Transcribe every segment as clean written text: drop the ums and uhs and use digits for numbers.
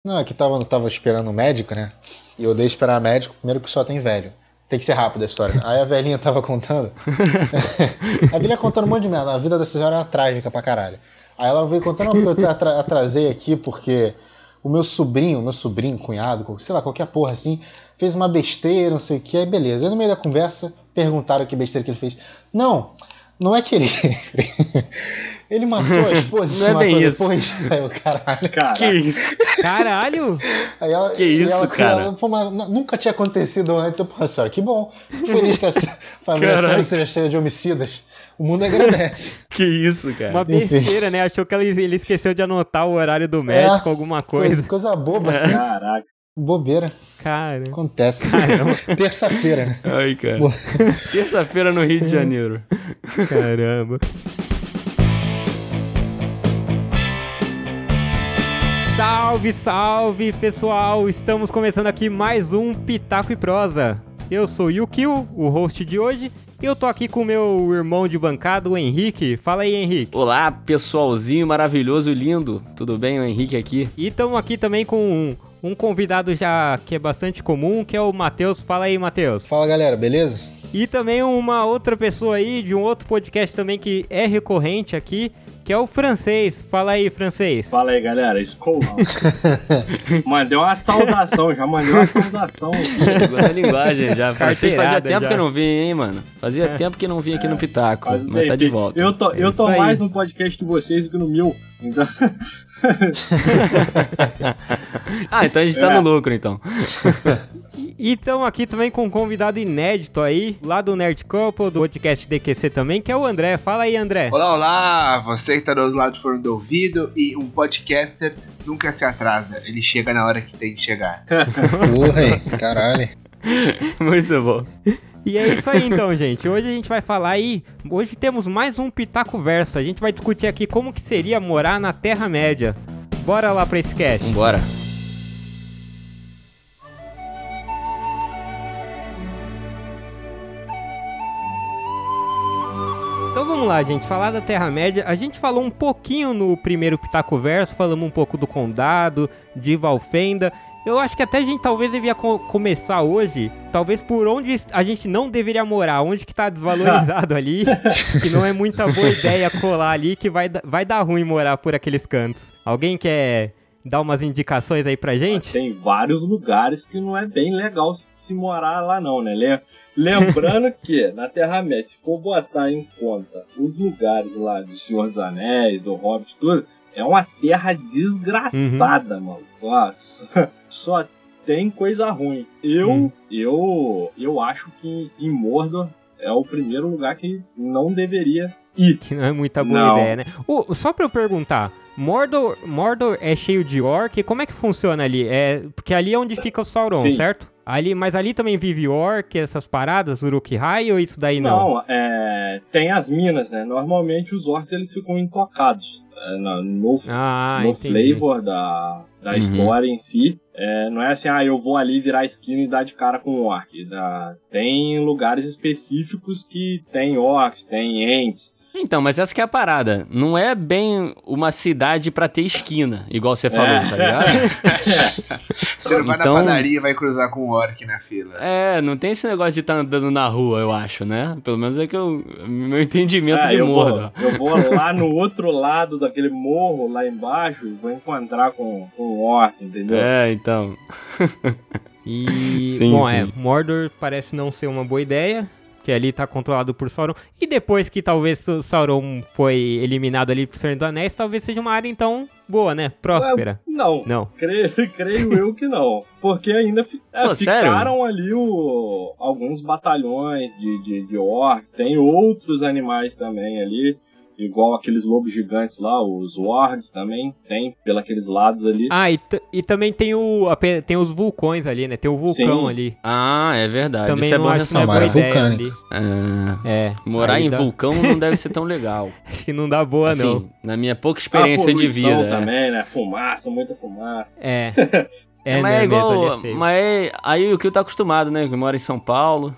Não, é que tava esperando o médico, né? E eu odeio esperar médico, primeiro que só tem velho. Tem que ser rápido a história. Aí a velhinha tava contando. A velhinha contando um monte de merda. A vida dessa senhora era trágica pra caralho. Aí ela veio contando, não, porque eu atrasei aqui porque o meu sobrinho, cunhado, sei lá, qualquer porra assim, fez uma besteira, não sei o que, aí beleza. Aí no meio da conversa, perguntaram que besteira que ele fez. Não é que ele... Ele matou a esposa e se matou depois. Aí eu, caralho. Que isso? Caralho? Aí ela, que isso, cara? Pô, mas nunca tinha acontecido antes. Eu, pô, senhora, que bom. Fico feliz que a família seja cheia de homicidas. O mundo agradece. Que isso, cara? Uma besteira, né? Achou que ele esqueceu de anotar o horário do médico, alguma coisa. Coisa boba, assim. Caraca. Bobeira. Cara. Acontece. Terça-feira, né? Ai, cara. Terça-feira no Rio de Janeiro. Caramba. Salve, salve, pessoal! Estamos começando aqui mais um Pitaco e Prosa. Eu sou o Yukio, o host de hoje, e eu tô aqui com o meu irmão de bancada, o Henrique. Fala aí, Henrique. Olá, pessoalzinho maravilhoso e lindo. Tudo bem? O Henrique aqui. E estamos aqui também com um convidado já que é bastante comum, que é o Matheus. Fala aí, Matheus. Fala, galera, beleza? E também uma outra pessoa aí, de um outro podcast também que é recorrente aqui, que é o Francês. Fala aí, Francês. Fala aí, galera. Escola. Mandei uma saudação. Chegou na linguagem já. Francês, fazia tempo já que eu não vim, hein, mano? Fazia tempo que eu não vim aqui no Pitaco, mas tá de volta. Eu tô mais no podcast de vocês do que no meu. Então... então a gente tá no lucro, então. E estamos aqui também com um convidado inédito aí, lá do Nerd Couple, do podcast DQC também, que é o André. Fala aí, André. Olá, você que tá do outro lado do fone do ouvido, e um podcaster nunca se atrasa, ele chega na hora que tem que chegar. Porra, hein? Caralho. Muito bom. E é isso aí então, gente. Hoje a gente vai falar aí, hoje temos mais um Pitaco Verso. A gente vai discutir aqui como que seria morar na Terra-média. Bora lá pra esse cast. Vambora. Então vamos lá, gente, falar da Terra-média. A gente falou um pouquinho no primeiro Pitaco Verso, falamos um pouco do Condado, de Valfenda. Eu acho que até a gente talvez devia começar hoje, talvez por onde a gente não deveria morar, onde que tá desvalorizado ali, que não é muita boa ideia colar ali, que vai dar ruim morar por aqueles cantos. Alguém quer dar umas indicações aí pra gente? Tem vários lugares que não é bem legal se morar lá não, né? Lembrando que na Terra-média, se for botar em conta os lugares lá do Senhor dos Anéis, do Hobbit, tudo, é uma terra desgraçada, mano. Nossa, só tem coisa ruim. Eu acho que em Mordor é o primeiro lugar que não deveria ir. Que não é muita boa ideia, né? Só pra eu perguntar, Mordor é cheio de orc? Como é que funciona ali? Porque ali é onde fica o Sauron, Sim. Certo? Mas ali também vive orc, essas paradas, Uruk-hai, ou isso daí não? Não, tem as minas, né? Normalmente os orcs eles ficam intocados. No flavor da história em si. Não é assim, eu vou ali virar a esquina e dar de cara com um orc. Tem lugares específicos que tem orcs, tem ents. Então, mas essa que é a parada. Não é bem uma cidade pra ter esquina, igual você falou, tá ligado? Você não vai na padaria e vai cruzar com um orc na fila. Não tem esse negócio de estar andando na rua, eu acho, né? Pelo menos é que meu entendimento de Mordor. Eu vou lá no outro lado daquele morro, lá embaixo, e vou encontrar com um orc, entendeu? Então. E, sim. Mordor parece não ser uma boa ideia, que ali tá controlado por Sauron. E depois que talvez o Sauron foi eliminado ali por Senhor dos Anéis, talvez seja uma área, então, boa, né? Próspera. Não. Creio eu que não. Porque ainda ficaram sério? ali alguns batalhões de orcs. Tem outros animais também ali. Igual aqueles lobos gigantes lá, os wargs também tem pelos lados ali. E também tem os vulcões ali, né? Tem o vulcão ali. É verdade. Também isso é não bom acho que não é boa ideia ali. Morar em vulcão não deve ser tão legal. Acho que não dá boa, assim, não. Na minha pouca experiência de vida. Também, né? Fumaça, muita fumaça. Mas é igual. Mas aí o que eu tô acostumado, né? Que mora em São Paulo.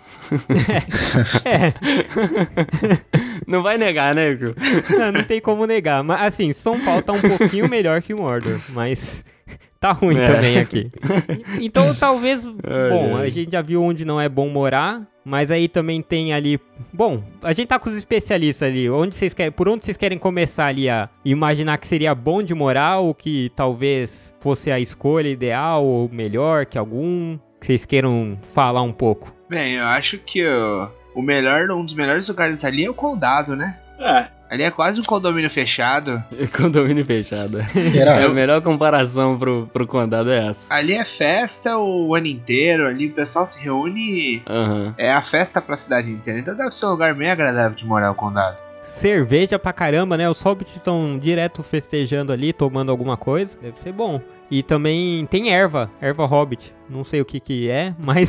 Não vai negar, né, Gil? Não tem como negar. Mas assim, São Paulo tá um pouquinho melhor que Mordor. Mas tá ruim também aqui. Então talvez, bom, a gente já viu onde não é bom morar, mas aí também tem ali, bom, a gente tá com os especialistas ali, por onde vocês querem começar ali a imaginar que seria bom de morar, ou que talvez fosse a escolha ideal, ou melhor que algum, que vocês queiram falar um pouco? Bem, eu acho que um dos melhores lugares ali é o Condado, né? Ali é quase um condomínio fechado. Condomínio fechado. Será? A melhor comparação pro condado é essa. Ali é festa o ano inteiro, ali o pessoal se reúne, é a festa pra cidade inteira. Então deve ser um lugar bem agradável de morar o Condado. Cerveja pra caramba, né? Os hobbits estão direto festejando ali, tomando alguma coisa. Deve ser bom. E também tem erva hobbit. Não sei o que é, mas...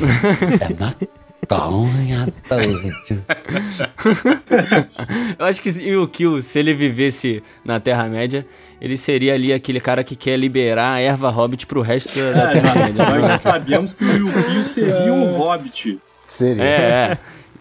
Eu acho que o Kill, se ele vivesse na Terra-média, ele seria ali aquele cara que quer liberar a erva hobbit pro resto da Terra-média. Nós já sabíamos que o Kill seria um hobbit. Seria.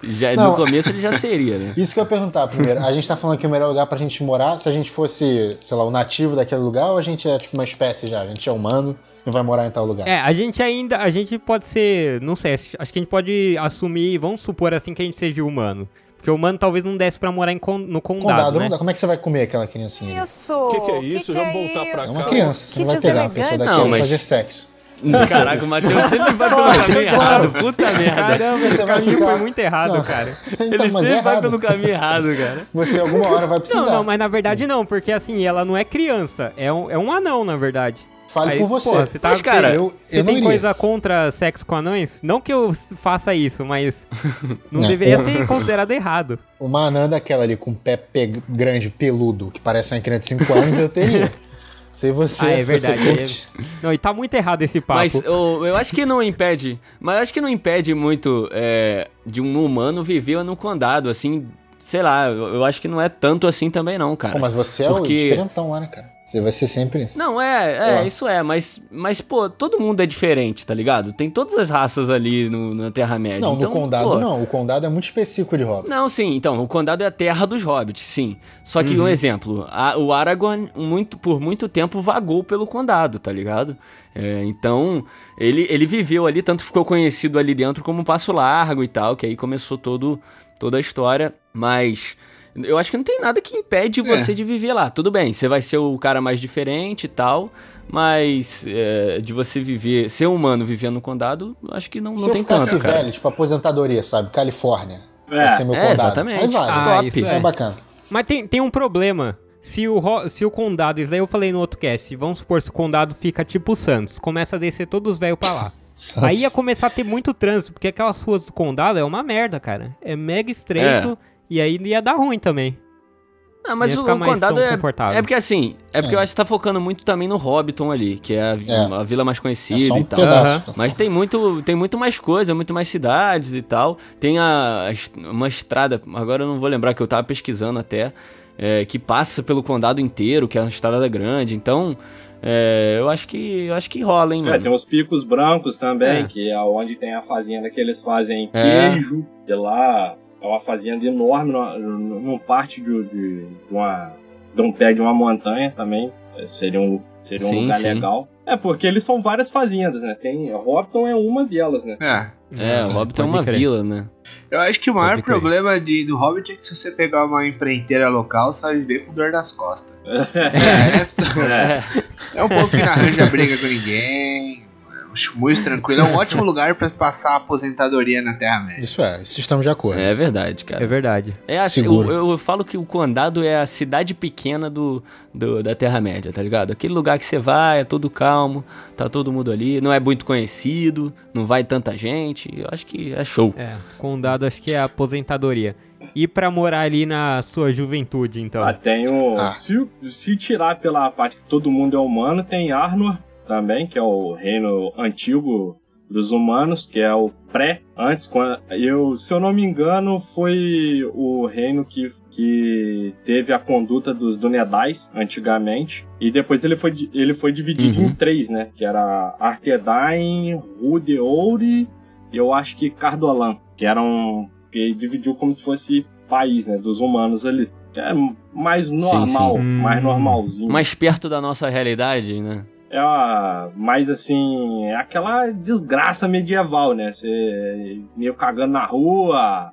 No começo ele já seria, né? Isso que eu ia perguntar primeiro. A gente tá falando que o melhor lugar pra gente morar, se a gente fosse, sei lá, o nativo daquele lugar, ou a gente é tipo uma espécie já? A gente é humano e vai morar em tal lugar? A gente pode ser, não sei, acho que a gente pode assumir, vamos supor assim, que a gente seja humano. Porque o humano talvez não desse pra morar no condado, né? Não dá. Como é que você vai comer aquela criancinha? Isso! O que é isso? Vamos voltar pra cá. É uma criança, você não vai pegar uma pessoa daquela e fazer sexo. Caraca, o Matheus sempre vai pelo caminho errado. Puta merda. Caramba, esse caminho foi muito errado, Não. cara. Então, Ele mas sempre é vai errado. pelo caminho errado, cara. Você alguma hora vai precisar. Não, mas na verdade não, porque assim, ela não é criança, é um anão, na verdade. Fale Aí, por você. porra, você tá, Mas, cara, eu você não tem iria. coisa contra sexo com anões? Não que eu faça isso, mas não Não. deveria ser considerado errado. Uma anã daquela ali com um pé grande, peludo, que parece uma criança de 5 anos, eu teria. Sei você, É se verdade. você curte. Não, e tá muito errado esse papo. Mas eu acho que não impede. Mas acho que não impede muito de um humano viver no condado, assim. Sei lá, eu acho que não é tanto assim também, não, cara. Pô, mas você é o diferentão lá, né, cara? Você vai ser sempre isso. Não, isso mas, pô, todo mundo é diferente, tá ligado? Tem todas as raças ali na Terra-média. Não, então, no condado pô, não. O condado é muito específico de hobbits. Não, sim, então, o condado é a terra dos hobbits, sim. Só que, um exemplo, o Aragorn por muito tempo vagou pelo condado, tá ligado? Então, ele viveu ali, tanto ficou conhecido ali dentro como Passo Largo e tal, que aí começou toda a história, mas... Eu acho que não tem nada que impede você de viver lá. Tudo bem, você vai ser o cara mais diferente e tal, mas de você ser humano vivendo no condado, acho que não Se tem eu ficasse tanto, cara. velho, tipo aposentadoria, sabe? Califórnia. Vai ser meu condado. Exatamente. Aí vale. Top. isso É bacana. Mas tem um problema. Se o condado, isso aí eu falei no outro cast, vamos supor se o condado fica tipo Santos, começa a descer todos os velhos pra lá. Aí ia começar a ter muito trânsito, porque aquelas ruas do condado é uma merda, cara. É mega estreito e aí ia dar ruim também. Ah, mas Ia o ficar mais condado tão confortável. é porque assim, porque eu acho que você tá focando muito também no Hobbiton ali, que é a vila mais É conhecida só um e tal. pedaço. Mas tem muito mais coisa, muito mais cidades e tal. Tem uma estrada, agora eu não vou lembrar, que eu tava pesquisando até, que passa pelo condado inteiro, que é uma estrada grande. Então, eu acho que rola, hein, mano. Tem os Picos Brancos também, que é onde tem a fazenda que eles fazem queijo. E lá é uma fazenda enorme, numa parte de um pé de uma montanha também. Seria um lugar legal. Porque eles são várias fazendas, né? Hobbiton é uma delas, né? O Hobbiton é uma vila, né? Eu acho que o maior problema do Hobbit é que se você pegar uma empreiteira local, você vai viver com dor nas costas. É um povo que não arranja briga com ninguém. Muito tranquilo. É um ótimo lugar pra passar a aposentadoria na Terra-média. Isso estamos de acordo. É verdade, cara. É verdade. Seguro. Eu falo que o condado é a cidade pequena da Terra-média, tá ligado? Aquele lugar que você vai, é todo calmo, tá todo mundo ali, não é muito conhecido, não vai tanta gente. Eu acho que é show. Condado acho que é a aposentadoria. E pra morar ali na sua juventude, então? Se tirar pela parte que todo mundo é humano, tem Arnor também, que é o reino antigo dos humanos, que é o antes, se eu não me engano, foi o reino que teve a conduta dos Dúnedain antigamente, e depois ele foi dividido em 3, né, que era Arthedain, Rhuideour e eu acho que Cardolan, que ele dividiu como se fosse país, né, dos humanos ali, que é mais normal, mais normalzinho. Mais perto da nossa realidade, né? mais assim, é aquela desgraça medieval, né? Você meio cagando na rua.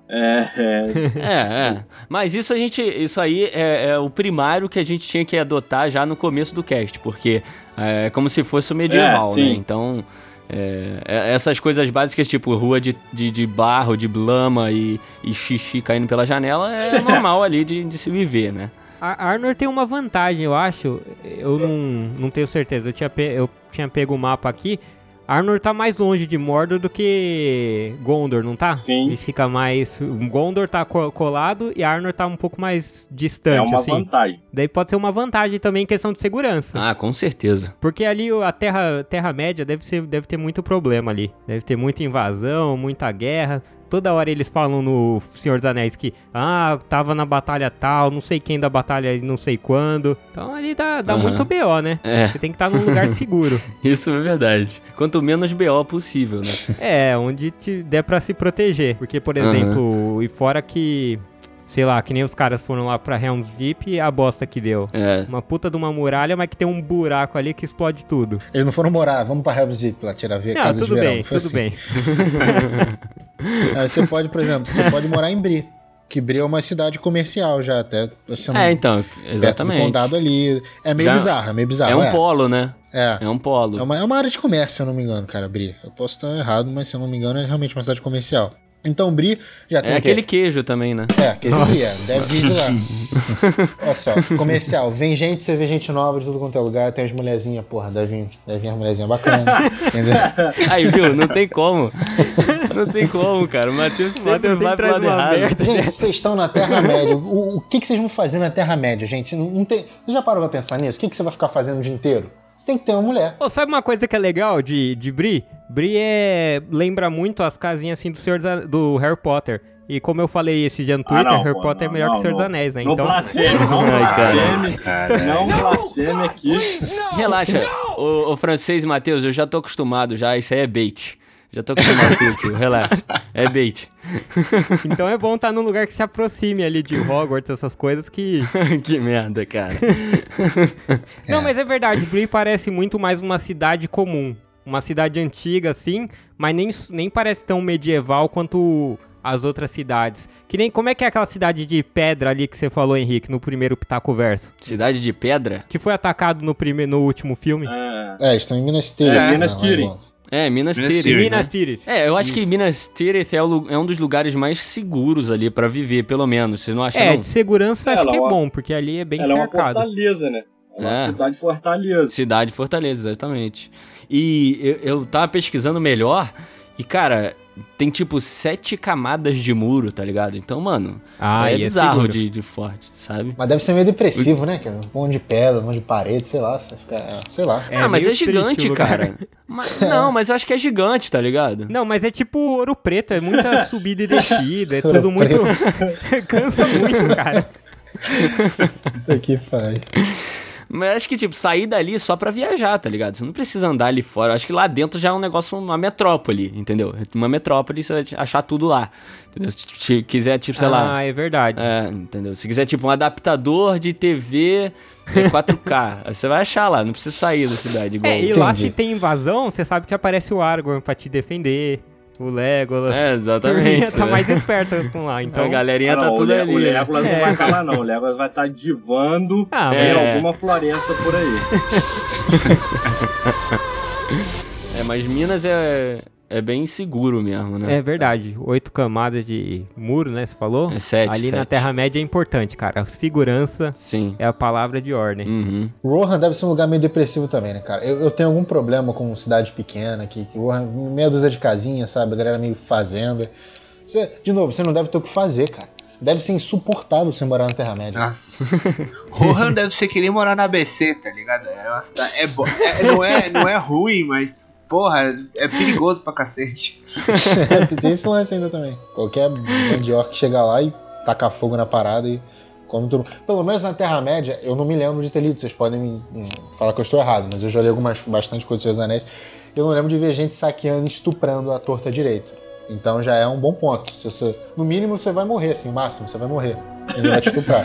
Mas isso aí é o primário que a gente tinha que adotar já no começo do cast, porque é como se fosse o medieval, né? Então, essas coisas básicas, tipo rua de barro, de lama e xixi caindo pela janela, é normal ali de se viver, né? A Arnor tem uma vantagem, eu acho. Eu não tenho certeza. Eu tinha pego o mapa aqui. Arnor tá mais longe de Mordor do que Gondor, não tá? Sim. E fica mais... Gondor tá colado e Arnor tá um pouco mais distante, assim. É uma vantagem. Daí pode ser uma vantagem também em questão de segurança. Ah, com certeza. Porque ali a Terra-média deve ter muito problema ali. Deve ter muita invasão, muita guerra. Toda hora eles falam no Senhor dos Anéis que tava na batalha tal, não sei quem da batalha não sei quando. Então ali dá muito BO, né? Você tem que estar num lugar seguro. Isso é verdade. Quanto menos BO possível, né? Onde der pra se proteger. Porque, por exemplo, e fora que... Sei lá, que nem os caras foram lá pra Helm's Deep e a bosta que deu. Uma puta de uma muralha, mas que tem um buraco ali que explode tudo. Eles não foram morar, vamos pra Helm's Deep lá tirar a casa de verão. Tudo bem. Aí você pode, por exemplo, morar em Bree. Que Bree é uma cidade comercial já, até. Então, exatamente. Perto do condado ali. É meio bizarro. É um polo, né? É um polo. É uma área de comércio, se eu não me engano, cara, Bree. Eu posso estar errado, mas se eu não me engano é realmente uma cidade comercial. Então, Bree já tem aquele queijo também, né? Queijo Brie, deve vir de lá. Olha só, comercial. Vem gente, você vê gente nova de tudo quanto é lugar. Tem as mulherzinhas, porra, deve vir as mulherzinhas bacanas. Entendeu? Aí, viu? Não tem como. Não tem como, cara. O Matheus sempre vai pro lado errado. Gente, vocês estão na Terra-média. O que vocês vão fazer na Terra-média, gente? Não tem... Você já parou pra pensar nisso? O que você vai ficar fazendo o dia inteiro? Você tem que ter uma mulher. Sabe uma coisa que é legal de Bree? Bree lembra muito as casinhas assim do Harry Potter. E como eu falei esse dia no Twitter, Harry Potter é melhor que o Senhor dos Anéis, né? Não Então... blasfeme aqui. Relaxa, o francês, Matheus, eu já tô acostumado já, isso aí é bait. Já tô acostumado com isso, relaxa. É bait. Então é bom estar num lugar que se aproxime ali de Hogwarts, essas coisas que... Que merda, cara. Não, mas é verdade, Bree parece muito mais uma cidade comum. Uma cidade antiga, assim, mas nem parece tão medieval quanto as outras cidades. Que nem, como é que é aquela cidade de pedra ali que você falou, Henrique, no primeiro Pitaco Verso? Cidade de pedra? Que foi atacado no último filme. Estão em Minas Tirith. Minas Tirith. Minas Tirith. Minas Tirith. Eu acho que Minas Tirith é um dos lugares mais seguros ali pra viver, pelo menos. Você não acha, não? De segurança acho que é bom, porque ali é bem cercado. Ela é uma fortaleza, né? É uma cidade fortaleza. Cidade fortaleza, exatamente. E eu tava pesquisando melhor e, cara, tem tipo 7 camadas de muro, tá ligado? Então, mano, é bizarro de forte, sabe? Mas deve ser meio depressivo, né? Um monte de pedra, um monte de parede, sei lá. Você fica, sei lá. Mas é gigante, cara. Mas eu acho que é gigante, tá ligado? Não, mas é tipo Ouro Preto, é muita subida e descida, é tudo muito... Cansa muito, cara. Puta que pariu. Mas acho que, tipo, sair dali só pra viajar, tá ligado? Você não precisa andar ali fora. Eu acho que lá dentro já é um negócio, uma metrópole, entendeu? Uma metrópole, você vai achar tudo lá. Entendeu? Se quiser, tipo, sei lá... Ah, é verdade. Entendeu? Se quiser, tipo, um adaptador de TV 4K, você vai achar lá, não precisa sair da cidade. Igual. E lá se tem invasão, você sabe que aparece o Aragorn pra te defender. O Legolas. Exatamente. Tá mais esperto com lá, então. A galerinha tá tudo ali. O Legolas não vai estar lá, não. O Legolas vai estar divando em alguma floresta por aí. Mas Minas é bem inseguro mesmo, né? É verdade. 8 camadas de muro, né? Você falou? 7. Ali na Terra-média é importante, cara. Segurança Sim. É a palavra de ordem. Uhum. Rohan deve ser um lugar meio depressivo também, né, cara? Eu tenho algum problema com cidade pequena, que Rohan, meia dúzia de casinha, sabe? A galera meio fazenda. De novo, você não deve ter o que fazer, cara. Deve ser insuportável você morar na Terra-média. Nossa. Rohan deve ser querer morar na ABC, tá ligado? Não é ruim, mas... Porra, é perigoso pra cacete. Tem esse lance ainda também. Qualquer bandioca que chega lá e taca fogo na parada e come tudo. Pelo menos na Terra-média, eu não me lembro de ter lido. Vocês podem me falar que eu estou errado, mas eu já li bastante coisa dos Seus Anéis. Eu não lembro de ver gente saqueando e estuprando a torta direito. Então já é um bom ponto. No mínimo você vai morrer, assim, o máximo você vai morrer. Ele vai te estuprar.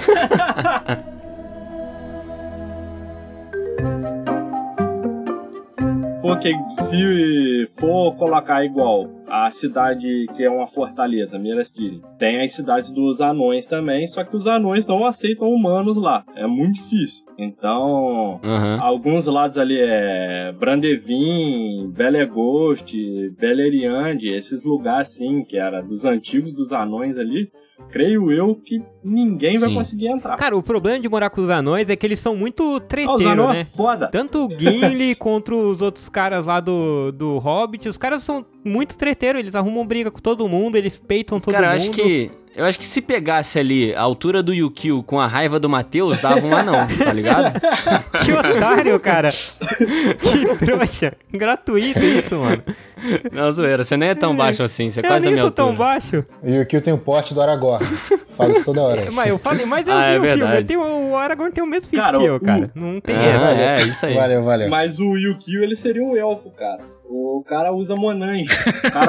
Porque se for colocar igual a cidade que é uma fortaleza, Minas Tirith, tem as cidades dos anões também, só que os anões não aceitam humanos lá. É muito difícil. Então, alguns lados ali é Brandevin, Belegost, Beleriand, esses lugares assim, que era dos antigos dos anões ali, creio eu que ninguém vai conseguir entrar. Cara, o problema de morar com os anões é que eles são muito treteiros, os anões né? é foda. Tanto o Gimli contra os outros caras lá do Hobbit, os caras são muito treteiros, eles arrumam briga com todo mundo, eles peitam todo mundo. Cara, eu acho que se pegasse ali a altura do Yukio com a raiva do Matheus, dava um anão, tá ligado? Que otário, cara. Que trouxa. Gratuito isso, mano. Não, zoeira, você nem é tão baixo assim, você é quase da Eu nem minha sou altura. tão baixo. E o Kill tem o porte do Aragorn. Falo isso toda hora. Mas eu falei, mas eu Ah, vi é o filme. verdade. O Aragorn tem o mesmo físico Cara, que eu, cara. Não tem essa. É, isso aí. Valeu. Mas o Yukio, ele seria um elfo, cara. O cara usa Monange. O cara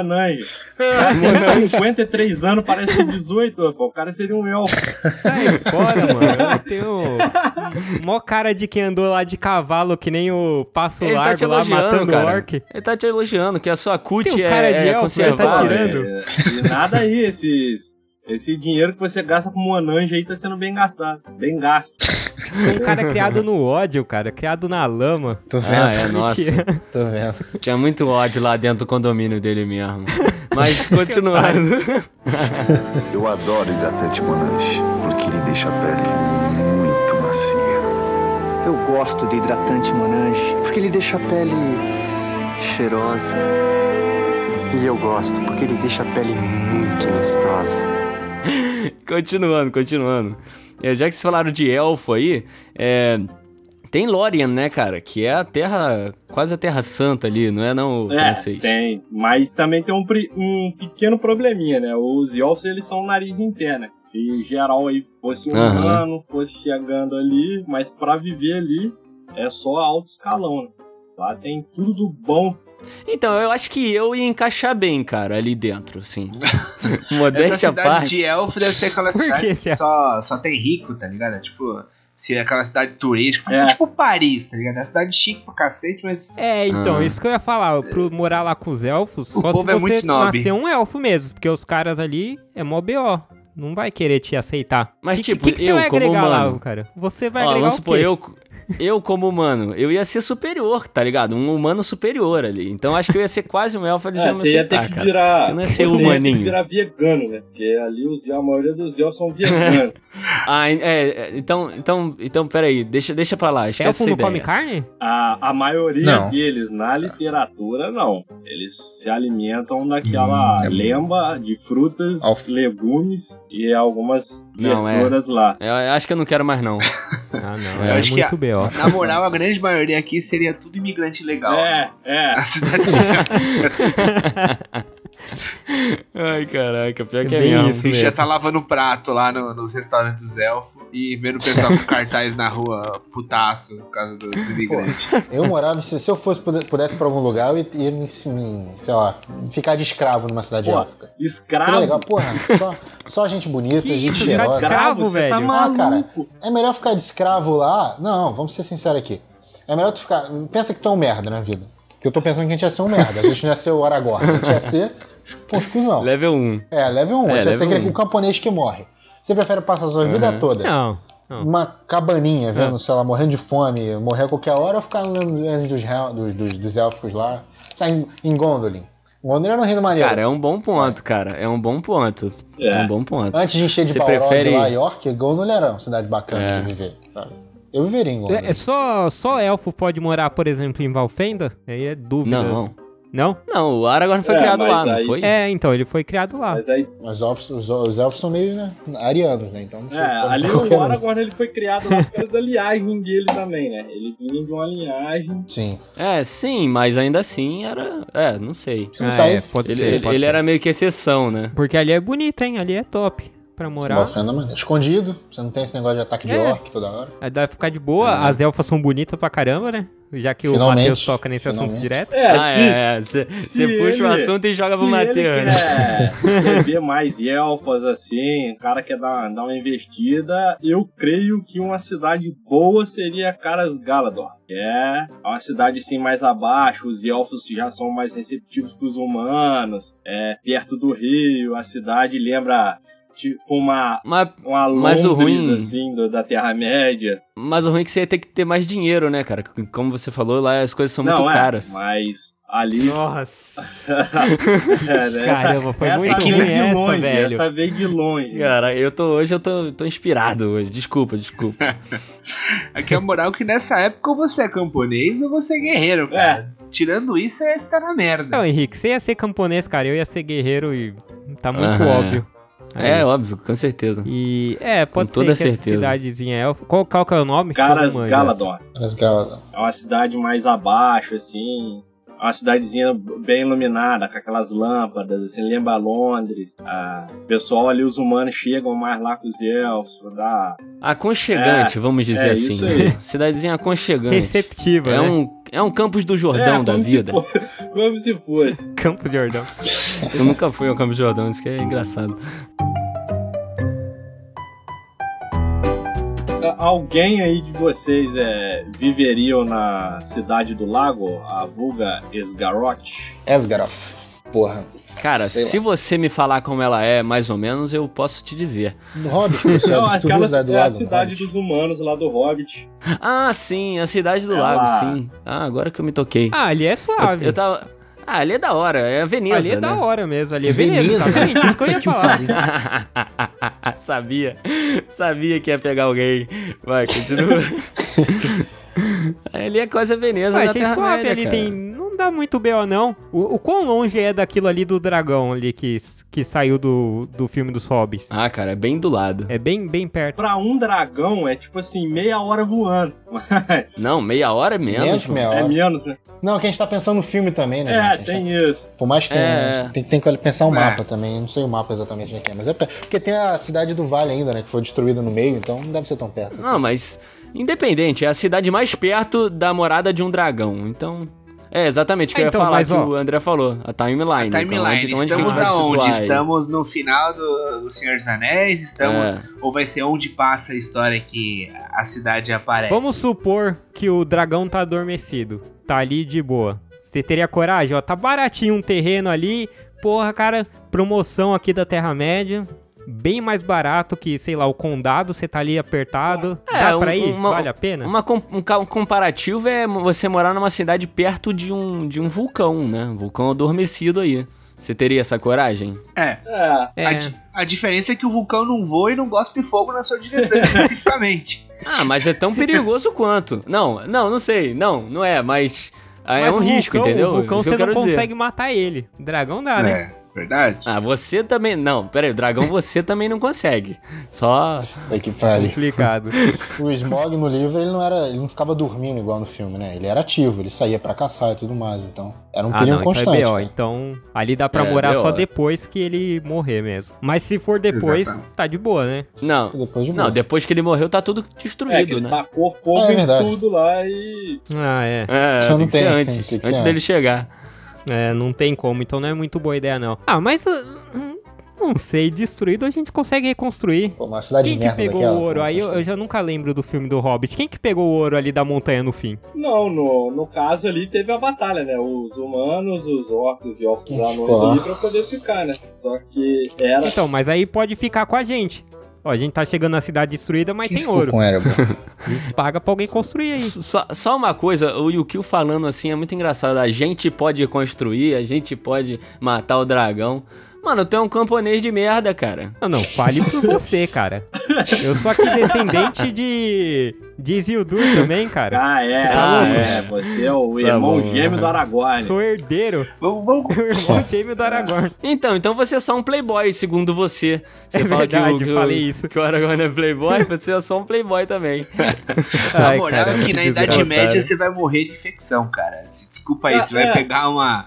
tem 53 anos, parece 18. Pô. O cara seria um elfo. Sai fora, mano. Eu tenho mó cara de quem andou lá de cavalo, que nem o Passo Ele tá Largo te lá elogiando, matando o cara. orc. Ele tá te elogiando, que a sua cut Tem um cara de é elfo, ele tá conservada. tirando. E nada aí, esse dinheiro que você gasta com Monange aí tá sendo bem gastado. Bem gasto. Um cara criado no ódio, cara. Criado na lama. Tô vendo, Ah, é, nossa. Mentira. tô vendo. Tinha muito ódio lá dentro do condomínio dele mesmo. Mas, continuando. Eu adoro hidratante Monange, porque ele deixa a pele muito macia. Eu gosto de hidratante Monange, porque ele deixa a pele cheirosa. E eu gosto, porque ele deixa a pele muito lustrosa. Continuando. Já que vocês falaram de elfo aí, tem Lórien, né, cara? Que é a terra, quase a terra santa ali, não é não, francês? Tem. Mas também tem um pequeno probleminha, né? Os elfos, eles são nariz em pé, né? Se geral aí fosse um humano, fosse chegando ali, mas pra viver ali é só alto escalão, né? Lá tem tudo bom. Então, eu acho que eu ia encaixar bem, cara, ali dentro, assim. Essa Modéstia à cidade parte. de elfo deve ser aquela Por cidade que, que só tem rico, tá ligado? É tipo, se é aquela cidade turística, tipo Paris, tá ligado? É uma cidade chique pra cacete, mas... Então, isso que eu ia falar. Pro morar lá com os elfos, O só povo se é muito você snob. nascer um elfo mesmo. Porque os caras ali é mó B.O. Não vai querer te aceitar. Mas, que tipo, você eu, vai como agregar humano... lá, cara? Você vai Ó, agregar vamos o supor, quê? eu como humano, eu ia ser superior, tá ligado? Um humano superior ali. Então acho que eu ia ser quase um elfo, eles iam me Você ia aceitar, ter que cara. virar. Eu não ia ser você humaninho. ia ter que virar vegano, né? Porque ali a maioria dos elfos são veganos. Então, peraí, deixa pra lá, esquece Elfo essa não ideia. come carne? A maioria Não. deles, na literatura, não. Eles se alimentam daquela lembra de frutas, legumes e algumas Não, verduras lá. Eu acho que eu não quero mais, não. Ah, não. Eu É acho que muito B.O. Na moral, a grande maioria aqui seria tudo imigrante legal. É. A cidade Ai, caraca, pior que é Bem mesmo. isso. A gente já mesmo. tá lavando prato lá nos restaurantes dos elfos e vendo o pessoal com cartaz na rua, putaço, por causa dos imigrantes. Eu morava, se eu pudesse pra algum lugar, eu ia me, sei lá, ficar de escravo numa cidade Pô, élfica. Seria escravo. legal, porra, só gente bonita, Que gente isso, ficar cheirosa. de escravo, você tá velho? maluco. cara, é melhor ficar de escravo lá. Não, vamos ser sinceros aqui. É melhor tu ficar. Pensa que tu é um merda na vida. Que eu tô pensando que a gente ia ser um merda. A gente não ia ser o Aragorn, a gente ia ser uns cuzão. Level 1. Level 1. A gente ia ser level aquele, 1. o camponês que morre. Você prefere passar a sua vida toda Não. numa cabaninha, vendo, sei lá, morrendo de fome, morrer a qualquer hora, ou ficar andando dos élficos lá? Tá em Gondolin. Gondolin era um reino maneiro. Cara, é um bom ponto, cara. É um bom ponto. É um bom ponto. Antes de encher de Você Balrog prefere... lá e Orc, Gondolin era uma cidade bacana de viver, sabe? Eu viveria em Gondolin. Só elfo pode morar, por exemplo, em Valfenda? Aí é dúvida. Não. Não? Não, o Aragorn foi É, criado mas lá, não aí- foi? Então, ele foi criado lá. Mas aí, Os elfos são meio, né, arianos, né? Então não sei. ali qualquer o um. Aragorn ele foi criado lá por causa da linhagem dele também, né? Ele vinha de uma linhagem. Sim. Sim, mas ainda assim era... não sei. Não sai. Pode Ele ser. era meio que exceção, né? Porque ali é bonito, hein? Ali é top. pra morar. Valfenda, mano. Escondido, você não tem esse negócio de ataque de orc toda hora. Aí deve ficar de boa, as elfas são bonitas pra caramba, né? Já que o Matheus toca nesse assunto direto. Você puxa o assunto e joga pro Matheus. Quer ver mais elfas assim, o cara quer dar uma investida, eu creio que uma cidade boa seria Caras Galador. É uma cidade assim mais abaixo, os elfos já são mais receptivos que os humanos, perto do rio, a cidade lembra... tipo uma mas o Londres, ruim, assim, da Terra-média. Mas o ruim é que você ia ter que ter mais dinheiro, né, cara? Como você falou, lá as coisas são muito caras. Mas ali... Nossa! Caramba, foi muito ruim essa, velho. Essa veio de longe. Cara, hoje eu tô inspirado hoje. Desculpa. Aqui a moral é que nessa época ou você é camponês ou você é guerreiro, cara. Tirando isso, você tá na merda. Não, Henrique, você ia ser camponês, cara. Eu ia ser guerreiro e tá muito óbvio. É, óbvio, com certeza. E, pode com toda ser que certeza. essa cidadezinha elfa... Qual que é o nome? Caras Galador. Caras Galador. É uma cidade mais abaixo, assim... Uma cidadezinha bem iluminada, com aquelas lâmpadas, assim, lembra Londres. O pessoal ali, os humanos, chegam mais lá com os elfos, dá... Aconchegante, vamos dizer assim. Isso aí. Cidadezinha aconchegante. Receptiva, né? É um Campos do Jordão da vida. Como se fosse. Campos do Jordão. Eu nunca fui ao Campos do Jordão, isso que é engraçado. Alguém aí de vocês viveriam na Cidade do Lago, a vulga Esgaroth? Esgaroth, porra. Cara, se você me falar como ela é, mais ou menos, eu posso te dizer. No Hobbit, pessoal, tu viu a Cidade do Lago? É a cidade dos humanos lá do Hobbit. Ah, sim, a Cidade do Lago, sim. Ah, agora que eu me toquei. Ah, ali é suave. Eu tava... Ah, ali é da hora, é a Veneza, ali é né? da hora mesmo, ali é Veneza, exatamente, isso que eu ia falar. Sabia que ia pegar alguém. Vai, continua. Ali é quase a Veneza da Terra-média, ali tem... Não dá muito B.O. não. O quão longe é daquilo ali do dragão ali que saiu do filme dos Hobbits? Ah, cara, é bem do lado. É bem perto. Pra um dragão é tipo assim, meia hora voando. Não, meia hora é menos. Meia hora. É menos, né? Não, que a gente tá pensando no filme também, né, gente? Tem isso. Por mais que tenha, né? Tem que pensar o mapa também. Eu não sei o mapa exatamente onde é. Mas porque tem a Cidade do Vale ainda, né? Que foi destruída no meio, então não deve ser tão perto. Não, mas... Independente, é a cidade mais perto da morada de um dragão, então... É exatamente o que eu ia falar, que o André falou, a timeline. Estamos aonde? Estamos no final do Senhor dos Anéis? Estamos... Ou vai ser onde passa a história que a cidade aparece? Vamos supor que o dragão tá adormecido, tá ali de boa. Você teria coragem? Ó, tá baratinho um terreno ali, porra, cara, promoção aqui da Terra-média... Bem mais barato que, sei lá, o condado, você tá ali apertado. Dá pra ir? Vale a pena? Um comparativo é você morar numa cidade perto de um vulcão, né? Um vulcão adormecido aí. Você teria essa coragem? A diferença é que o vulcão não voa e não gospe fogo na sua direção especificamente. Ah, mas é tão perigoso quanto. Não sei. Não é, mas é um risco, entendeu? O vulcão você não consegue matar ele. Dragão dá, né? Verdade. Ah, você também... Não, pera aí, o dragão você também não consegue. Só... É que pare. Complicado. O Smaug no livro, ele não ficava dormindo igual no filme, né? Ele era ativo, ele saía pra caçar e tudo mais, então... Era um perigo constante. Então, então ali dá pra morar só depois que ele morrer mesmo. Mas se for depois, tá de boa, né? Não, depois que ele morreu tá tudo destruído, né? Tacou fogo em tudo lá e... Então tem que ser antes dele chegar. Não tem como, então não é muito boa ideia, não. Ah, mas... Não sei, destruído a gente consegue reconstruir. Pô, uma cidade Quem de merda que pegou daquela, o ouro? Aí eu já nunca lembro do filme do Hobbit. Quem que pegou o ouro ali da montanha no fim? Não, no caso ali teve a batalha, né? Os humanos, os orcs e elfos anões ali pra poder ficar, né? Só que era... Então, mas aí pode ficar com a gente. Ó, a gente tá chegando na cidade destruída, mas tem ouro. A gente paga pra alguém construir aí. Só uma coisa, o Yukio falando assim é muito engraçado. A gente pode construir, a gente pode matar o dragão. Mano, tu é um camponês de merda, cara. Não, fale por você, cara. Eu sou aqui descendente de Isildur também, cara. Você é o irmão gêmeo do Aragorn. Sou herdeiro. Vamos. O irmão gêmeo do Aragorn. Então você é só um playboy, segundo você. Você fala verdade, falei isso. que o Aragorn é playboy, você é só um playboy também. A moral é que na Idade Média você vai morrer de infecção, cara. Desculpa aí, você vai pegar uma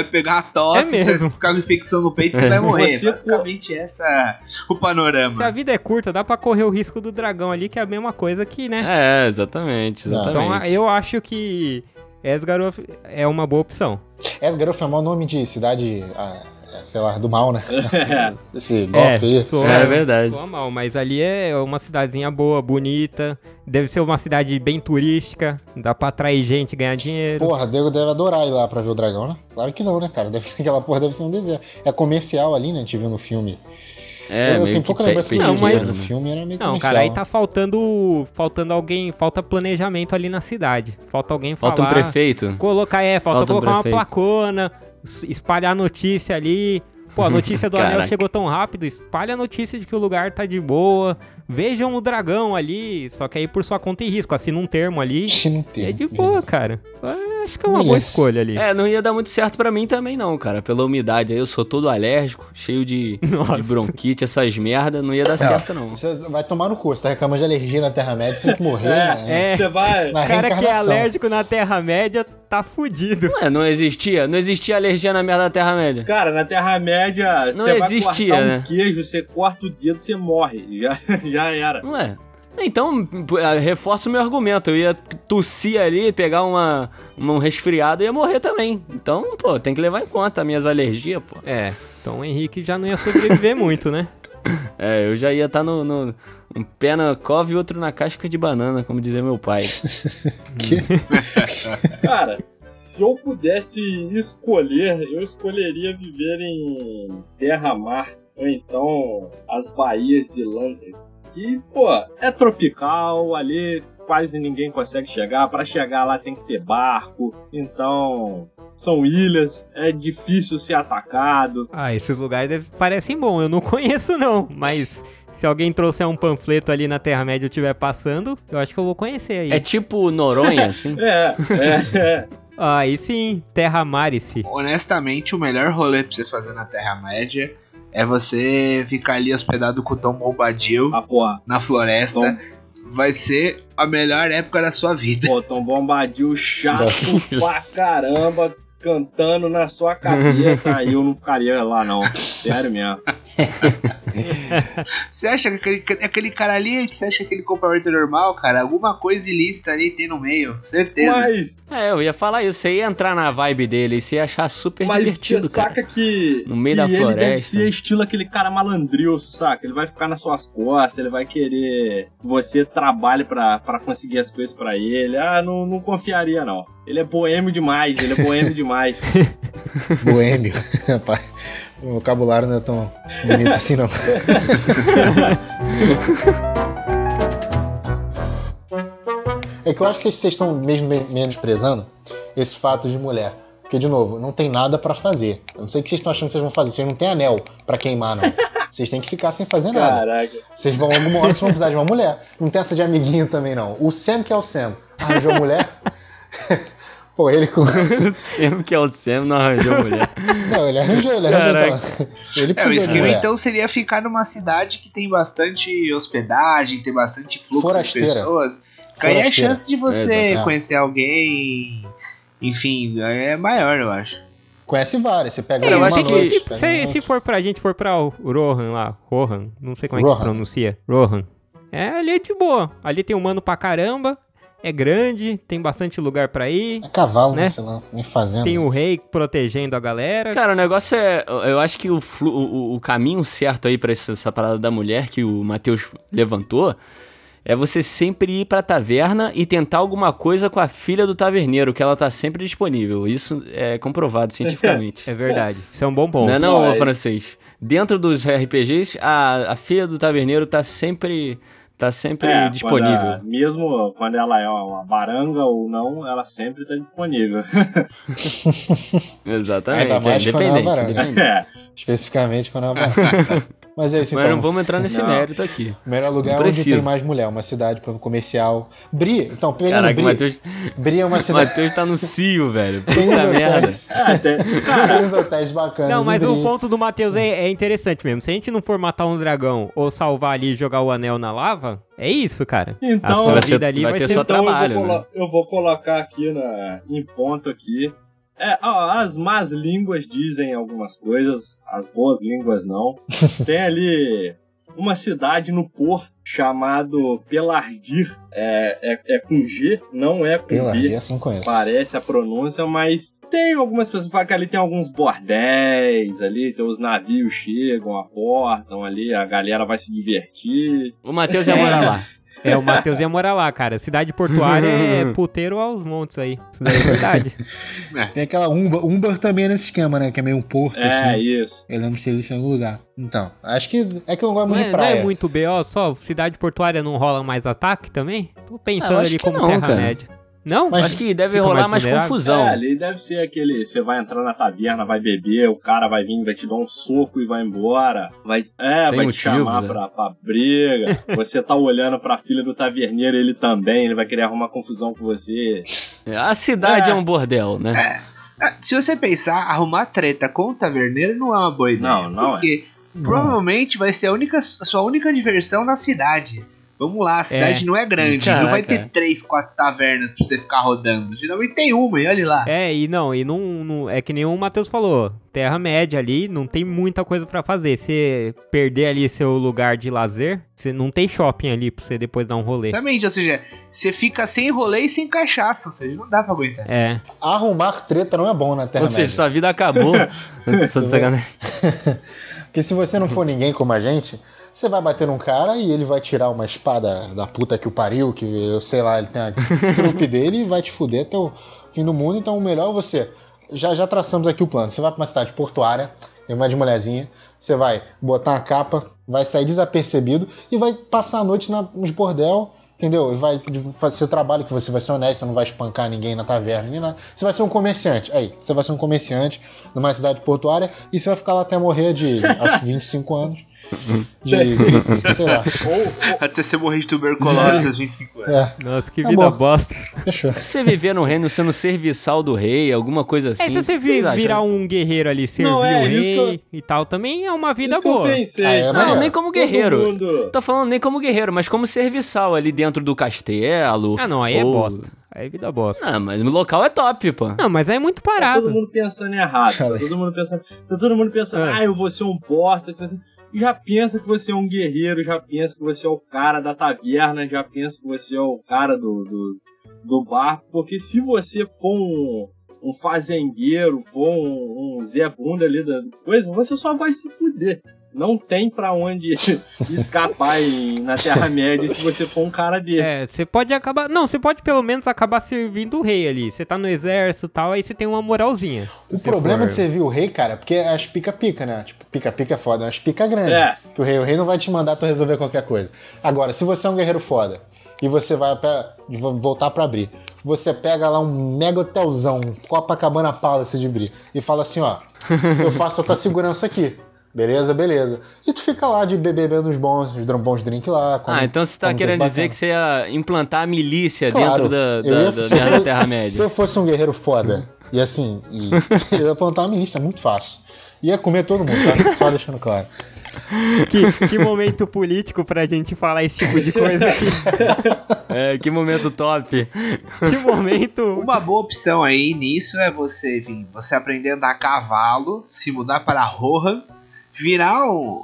tosse, você vai ficar com infecção no peito e você vai morrer. Basicamente essa o panorama. Se a vida é curta, dá pra correr o risco do dragão ali, que é a mesma coisa que, né? Exatamente. Então eu acho que Esgaroth é uma boa opção. Esgaroth é um mau nome de cidade, sei lá, do mal, né? Esse golfe aí. É verdade. Soa mal, mas ali é uma cidadezinha boa, bonita. Deve ser uma cidade bem turística. Dá pra atrair gente, ganhar dinheiro. Porra, Diego deve adorar ir lá pra ver o dragão, né? Claro que não, né, cara? Aquela porra deve ser um deserto. É comercial ali, né? A gente viu no filme. Eu tenho pouca lembrança mas no filme era meio não, comercial. cara, aí tá faltando alguém, falta planejamento ali na cidade. Falta alguém falar. Falta um prefeito. Falta colocar uma placona, espalhar a notícia ali. Pô, a notícia do anel chegou tão rápido, espalha a notícia de que o lugar tá de boa. Vejam o dragão ali, só que aí por sua conta e risco, assina um termo ali. É de boa, cara. Acho que é uma boa escolha ali. Não ia dar muito certo pra mim também não, cara. Pela umidade aí, eu sou todo alérgico, cheio de bronquite, essas merda, não ia dar certo não. Você vai tomar no cu, você tá reclamando de alergia na Terra-média, você tem que morrer. Você vai... O cara que é alérgico na Terra-média tá fudido. Não existia alergia na merda da Terra-média. Cara, na Terra-média, não você existia, vai cortar um queijo, você corta o dedo, você morre. Já era. Não é? Então, reforço o meu argumento. Eu ia tossir ali, pegar um resfriado e ia morrer também. Então, pô, tem que levar em conta as minhas alergias, pô. Então o Henrique já não ia sobreviver muito, né? Eu já ia estar um pé na cova e outro na casca de banana, como dizia meu pai. Cara, se eu pudesse escolher, eu escolheria viver em terra-mar, ou então as baías de Londres. E, pô, é tropical, ali quase ninguém consegue chegar. Pra chegar lá tem que ter barco, então são ilhas, é difícil ser atacado. Esses lugares parecem bons, eu não conheço não, mas se alguém trouxer um panfleto ali na Terra-média e eu estiver passando, eu acho que eu vou conhecer aí. É tipo Noronha, assim? Aí sim, Terra-Marice. Honestamente, o melhor rolê pra você fazer na Terra-média é você ficar ali hospedado com o Tom Bombadil na floresta. Vai ser a melhor época da sua vida. Pô, Tom Bombadil chato pra caramba, cantando na sua cabeça. Aí eu não ficaria lá, não. Sério mesmo. Você acha que aquele cara ali, você acha que ele comportamento normal, cara? Alguma coisa ilícita ali tem no meio, certeza. Mas... eu ia falar isso, você ia entrar na vibe dele e você ia achar super divertido, cara. Mas você saca que... No meio da ele floresta. Deve ser estilo aquele cara malandrilso, saca? Ele vai ficar nas suas costas, ele vai querer que você trabalhe pra conseguir as coisas pra ele. Não confiaria, não. Ele é boêmio demais, Boêmio, rapaz. O vocabulário não é tão bonito assim, não. É que eu acho que vocês estão mesmo menosprezando esse fato de mulher. Porque, de novo, não tem nada pra fazer. Eu não sei o que vocês estão achando que vocês vão fazer. Vocês não têm anel pra queimar, não. Vocês têm que ficar sem fazer nada. Caraca. Vocês vão, alguma hora, vocês vão precisar de uma mulher. Não tem essa de amiguinho também, não. O Sam que é o Sam. Arranjou mulher? Pô, ele com... O Sam que é o Sam não arranjou mulher. Não, ele arranjou. Ele o esquema então seria ficar numa cidade que tem bastante hospedagem, tem bastante fluxo de pessoas. Aí a chance de você conhecer alguém, enfim, é maior, eu acho. Conhece vários, você pega eu uma acho noite. Que se for pra gente, for pra Rohan lá, Rohan, não sei como é que se pronuncia, Rohan. Ali é de boa, ali tem humano pra caramba. É grande, tem bastante lugar pra ir. É cavalo, né? Sei lá, nem fazendo. Tem o rei protegendo a galera. Cara, o negócio é... Eu acho que o caminho certo aí pra essa parada da mulher que o Matheus levantou é você sempre ir pra taverna e tentar alguma coisa com a filha do taverneiro, que ela tá sempre disponível. Isso é comprovado cientificamente. É verdade. Isso é um bom ponto. Não, francês. Dentro dos RPGs, a filha do taverneiro tá sempre disponível. Mesmo quando ela é uma baranga ou não, ela sempre tá disponível. Exatamente. Ainda mais quando é uma baranga. Independente. Especificamente quando é uma baranga. Mas é isso, Mas então. não vamos entrar nesse mérito aqui. O melhor lugar é onde tem mais mulher, uma cidade comercial. Bri, então, pegando Caraca, Bri. Matheus... Bri é uma cidade... Matheus tá no cio, velho. Tem Puta merda. Tem uns hotéis bacanas. Não, mas o ponto do Matheus é interessante mesmo. Se a gente não for matar um dragão ou salvar ali e jogar o anel na lava, é isso, cara. Então, a vida ali vai ter ser só trabalho. Eu vou colocar aqui em ponto aqui. As más línguas dizem algumas coisas, as boas línguas não. Tem ali uma cidade no porto chamado Pelardir. É com G, não é com Pelardir, B. essa não conheço. Parece a pronúncia, mas tem algumas pessoas que falam que ali tem alguns bordéis ali, tem os navios chegam, aportam ali, a galera vai se divertir. O Matheus ia morar lá. O Matheus ia morar lá, cara. Cidade portuária é puteiro aos montes aí. Isso daí é verdade. Tem aquela Umbar também é nesse esquema, né? Que é meio um porto, assim. Isso. Eu lembro se ele em algum lugar. Então, acho que é que eu não gosto muito de praia. Não é muito BO, só cidade portuária não rola mais ataque também? Tô pensando ali como Terra-média. Não? Mas acho que deve rolar mais confusão. Ali deve ser aquele... Você vai entrar na taverna, vai beber, o cara vai vir, vai te dar um soco e vai embora. Vai te chamar pra briga. Você tá olhando pra filha do taverneiro, ele também, ele vai querer arrumar confusão com você. A cidade é um bordel, né? Se você pensar, arrumar treta com o taverneiro não é uma boa ideia. Não porque provavelmente vai ser a sua única diversão na cidade. Vamos lá, a cidade não é grande, Caraca. não vai ter 3, 4 tavernas pra você ficar rodando. Geralmente tem uma, e olha lá. E não é que nem o Matheus falou, Terra-média ali, não tem muita coisa pra fazer. Você perder ali seu lugar de lazer, você não tem shopping ali pra você depois dar um rolê. Exatamente, ou seja, você fica sem rolê e sem cachaça, ou seja, não dá pra aguentar. Arrumar treta não é bom na Terra-média. Ou seja, sua vida acabou. Só de sacanagem. Porque se você não for ninguém como a gente, você vai bater num cara e ele vai tirar uma espada da puta que o pariu, que eu sei lá, ele tem a trupe dele e vai te fuder até o fim do mundo. Então o melhor é você... Já traçamos aqui o plano. Você vai pra uma cidade portuária, tem uma de mulherzinha, você vai botar uma capa, vai sair desapercebido e vai passar a noite nos bordel, entendeu? E vai fazer seu trabalho, que você vai ser honesto, você não vai espancar ninguém na taverna, nem nada. Você vai ser um comerciante. Você vai ser um comerciante numa cidade portuária e você vai ficar lá até morrer de, acho, 25 anos. Sei lá. Até você morrer de tuberculose aos 25 anos. Nossa, que vida bosta. Fechou. Você viver no reino sendo serviçal do rei, alguma coisa assim. Se você virar um guerreiro ali, servir o rei e tal, também é uma vida boa. Não, nem como guerreiro. Tô falando nem como guerreiro, mas como serviçal ali dentro do castelo. Não, aí é bosta. Aí é vida bosta. Mas o local é top, pô. Não, mas aí é muito parado. Tá todo mundo pensando errado. Tá todo mundo pensando, eu vou ser um bosta. Já pensa que você é um guerreiro, já pensa que você é o cara da taverna, já pensa que você é o cara do bar. Porque se você for um fazendeiro, for um Zé Bunda ali da coisa, você só vai se fuder. Não tem pra onde escapar na Terra-média se você for um cara desse. Você pode acabar... Não, você pode pelo menos acabar servindo o rei ali. Você tá no exército e tal, aí você tem uma moralzinha. O problema de servir o rei, cara, porque é as pica-pica, né? Tipo, pica-pica é foda, é umas pica grande. Que o rei não vai te mandar tu resolver qualquer coisa. Agora, se você é um guerreiro foda e você vai voltar pra Bri, você pega lá um mega hotelzão, um Copacabana Palace de Bri, e fala assim, eu faço a tua segurança aqui. Beleza. E tu fica lá de bebendo uns bons drinks lá. Então você tá querendo dizer que você ia implantar a milícia dentro da Terra-média. Se eu fosse um guerreiro foda, eu ia implantar uma milícia muito fácil. Ia comer todo mundo, tá? Só deixando claro. Que momento político pra gente falar esse tipo de coisa aqui. Que momento top. Que momento. Uma boa opção aí nisso é você aprender a andar a cavalo, se mudar para Rohan, virar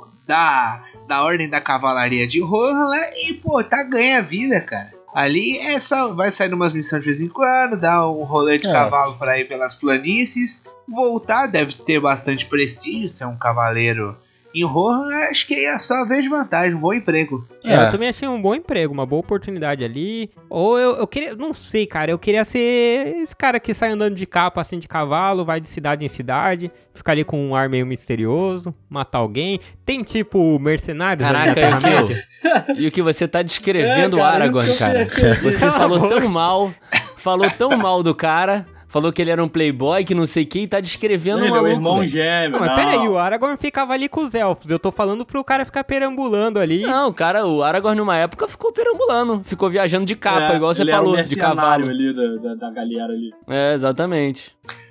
da ordem da cavalaria de Rohan, né? E, ganha vida, cara. Ali vai sair umas missões de vez em quando, dar um rolê de cavalo para ir pelas planícies, voltar, deve ter bastante prestígio, ser um cavaleiro em Rohan, acho que é só a vez de vantagem, um bom emprego. Eu também achei um bom emprego, uma boa oportunidade ali. Ou eu queria, não sei, cara, eu queria ser esse cara que sai andando de capa assim de cavalo, vai de cidade em cidade, ficar ali com um ar meio misterioso, matar alguém. Tem tipo mercenários ali na Terra-média. E o que você tá descrevendo o Aragorn, cara. Você falou tão mal do cara. falou que ele era um playboy, que não sei o que, e tá descrevendo ele o maluco. É o irmão gêmeo. Não, mas peraí, o Aragorn ficava ali com os elfos. Eu tô falando pro cara ficar perambulando ali. Não, o Aragorn numa época ficou perambulando. Ficou viajando de capa, igual você falou, de cavalo. Ali da galera ali. É, exatamente.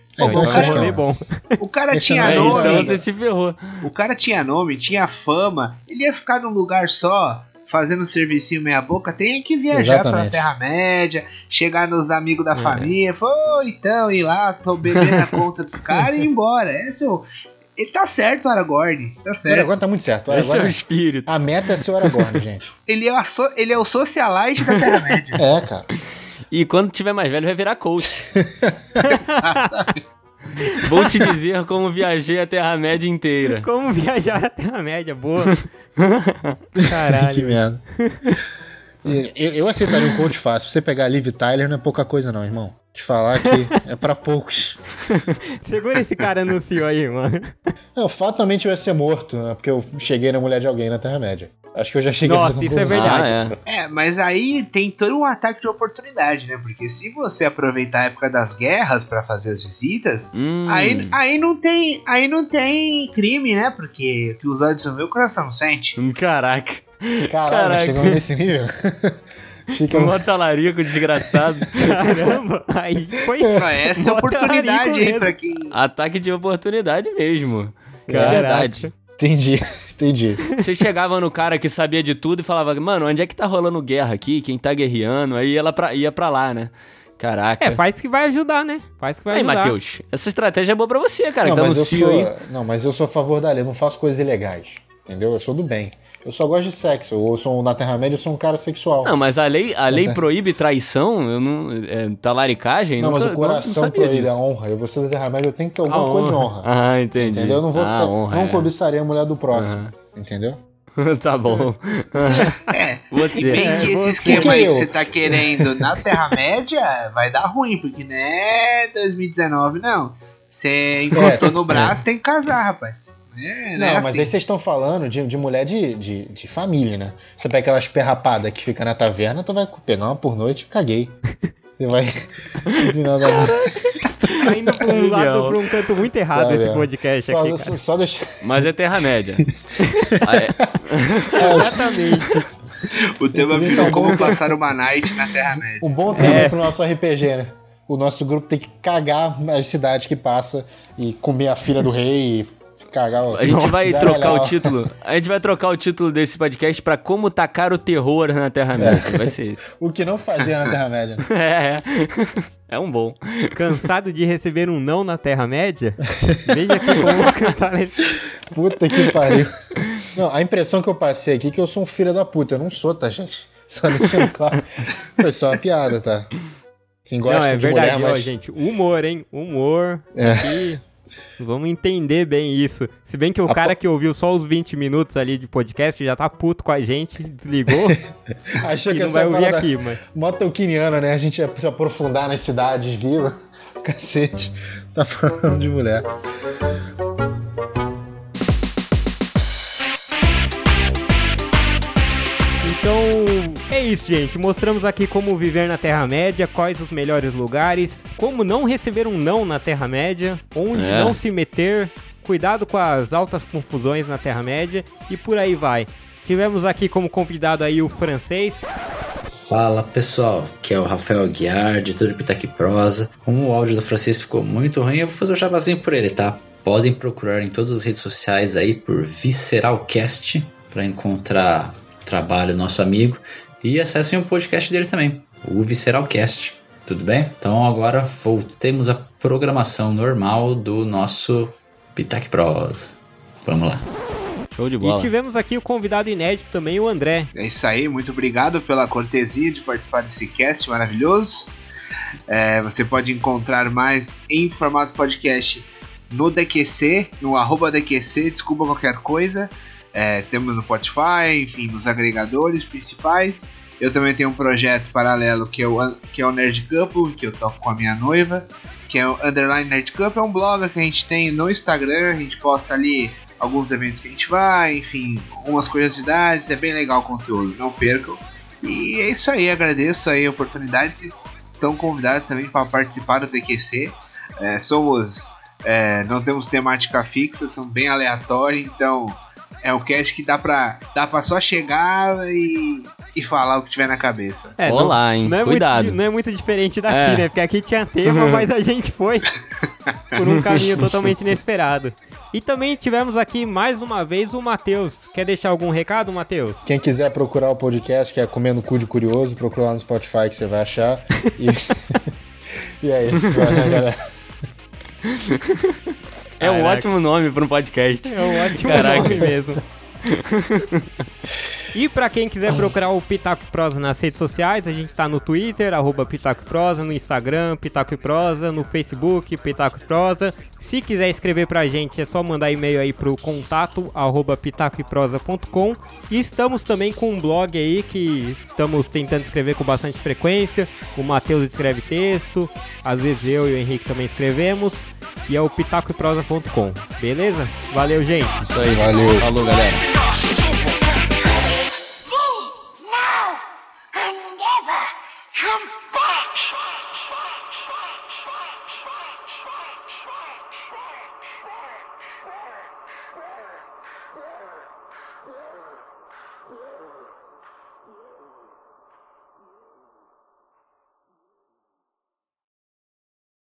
O cara tinha nome. Então você se ferrou. O cara tinha nome, tinha fama. Ele ia ficar num lugar só, fazendo um servicinho meia boca. Tem que viajar pela Terra-média, chegar nos amigos da família. Então, ir lá, tô bebendo a conta dos caras e ir embora. Ele tá certo, o Aragorn. Tá certo. O Aragorn tá muito certo. Esse é o espírito. A meta é ser o Aragorn, gente. Ele é o socialite da Terra-média. É, cara. E quando tiver mais velho vai virar coach. Vou te dizer como viajei a Terra-média inteira. Como viajar a Terra-média, boa. Caralho. Que merda. Eu aceitaria um coach fácil. Você pegar a Liv Tyler não é pouca coisa não, irmão. Te falar que é pra poucos. Segura esse cara anúncio aí, mano. Não, fatalmente eu ia ser morto, né? Porque eu cheguei na mulher de alguém na Terra-média. Acho que eu já cheguei nessa conclusão. Isso é verdade. Mas aí tem todo um ataque de oportunidade, né? Porque se você aproveitar a época das guerras pra fazer as visitas, aí não tem crime, né? Porque que os olhos do meu coração sente. Caraca. Caralho, chegamos nesse nível. Fica um talarico desgraçado. Caramba, aí foi. Essa é a oportunidade aí pra quem. Ataque de oportunidade mesmo. É verdade. Entendi. Você chegava no cara que sabia de tudo e falava, mano, onde é que tá rolando guerra aqui? Quem tá guerreando? Aí ia pra lá, né? Caraca. Faz que vai ajudar, né? Faz que vai ajudar. Aí, Matheus, essa estratégia é boa pra você, cara. Mas eu sou a favor da lei, eu não faço coisas ilegais. Entendeu? Eu sou do bem. Eu só gosto de sexo. Na Terra-média eu sou um cara sexual. Não, mas a lei proíbe traição, talaricagem. Não, mas o coração proíbe a honra. Eu vou ser da Terra-média, eu tenho que ter alguma coisa de honra. Ah, entendi. Entendeu? Eu não vou não cobiçarei a mulher do próximo. Entendeu? Tá bom. E bem que esse esquema aí que você tá querendo na Terra-média vai dar ruim, porque não é 2019, não. Você encostou no braço, tem que casar, rapaz. Não, mas aí vocês estão falando de mulher de família, né? Você pega aquelas perrapadas que fica na taverna, tu vai pegar uma por noite, caguei. Você vai... Tá indo pra um canto muito errado esse podcast aqui, cara. Só deixa... Mas é Terra-média. Exatamente. O tema virou como passar uma night na Terra-média. Um bom tema pro nosso RPG, né? O nosso grupo tem que cagar as cidades que passa e comer a filha do rei e... A gente vai trocar o título. A gente vai trocar o título desse podcast pra Como Tacar o Terror na Terra-média. Vai ser isso. O que não fazer na Terra-média. É um bom. Cansado de receber um não na Terra-média? Veja aqui como cantar. Puta que pariu. Não, a impressão que eu passei aqui é que eu sou um filho da puta. Eu não sou, tá, gente? Só deixando claro. Foi só uma piada, tá? Assim, gosta não, é de verdade, mulher, mas... gente. Humor, hein? Humor. Aqui... Vamos entender bem isso. Se bem que o cara que ouviu só os 20 minutos ali de podcast já tá puto com a gente, desligou. Achei que não vai ouvir aqui, mas... Mó tolkieniana, né? A gente ia se aprofundar nas cidades, viu? Cacete. Tá falando de mulher. Então, é isso, gente. Mostramos aqui como viver na Terra-média, quais os melhores lugares, como não receber um não na Terra-média, onde não se meter, cuidado com as altas confusões na Terra-média e por aí vai. Tivemos aqui como convidado aí o francês. Fala pessoal, que é o Rafael Aguiar, de Tudo Pitaque Prosa. Como o áudio do francês ficou muito ruim, eu vou fazer um jabazinho por ele, tá? Podem procurar em todas as redes sociais aí por Visceralcast para encontrar trabalho nosso amigo e acessem o podcast dele também, o Visceralcast, tudo bem? Então agora voltemos à programação normal do nosso Pitaque Prosa. Vamos lá. Show de bola. E tivemos aqui o convidado inédito também, o André. É isso aí, muito obrigado pela cortesia de participar desse cast maravilhoso. Você pode encontrar mais em formato podcast no DQC, no @DQC, desculpa qualquer coisa. Temos no Spotify, enfim, nos agregadores principais. Eu também tenho um projeto paralelo que é o Nerd Couple, que eu toco com a minha noiva, que é o Underline Nerd Couple. É um blog que a gente tem no Instagram, a gente posta ali alguns eventos que a gente vai, enfim, algumas curiosidades, é bem legal o conteúdo, não percam. E é isso aí, agradeço aí a oportunidade, vocês estão convidados também para participar do TQC. Não temos temática fixa, somos bem aleatórios, então é um cast que dá pra só chegar e falar o que tiver na cabeça. Olá, hein? Cuidado. Não é muito diferente daqui, né? Porque aqui tinha tema, mas a gente foi por um caminho totalmente inesperado. E também tivemos aqui mais uma vez o Matheus. Quer deixar algum recado, Matheus? Quem quiser procurar o podcast, que é Comendo Cu de Curioso, procura lá no Spotify que você vai achar. E é isso, galera. É um ótimo nome para um podcast. É um ótimo nome mesmo. E pra quem quiser procurar o Pitaco e Prosa nas redes sociais, a gente tá no Twitter, @Pitaco e Prosa, no Instagram, Pitaco e Prosa, no Facebook, Pitaco e Prosa. Se quiser escrever pra gente, é só mandar e-mail aí pro contato @pitacoeprosa.com. E estamos também com um blog aí que estamos tentando escrever com bastante frequência. O Matheus escreve texto, às vezes eu e o Henrique também escrevemos. E é o pitacoeprosa.com, beleza? Valeu, gente. Isso aí. Valeu. Falou, galera.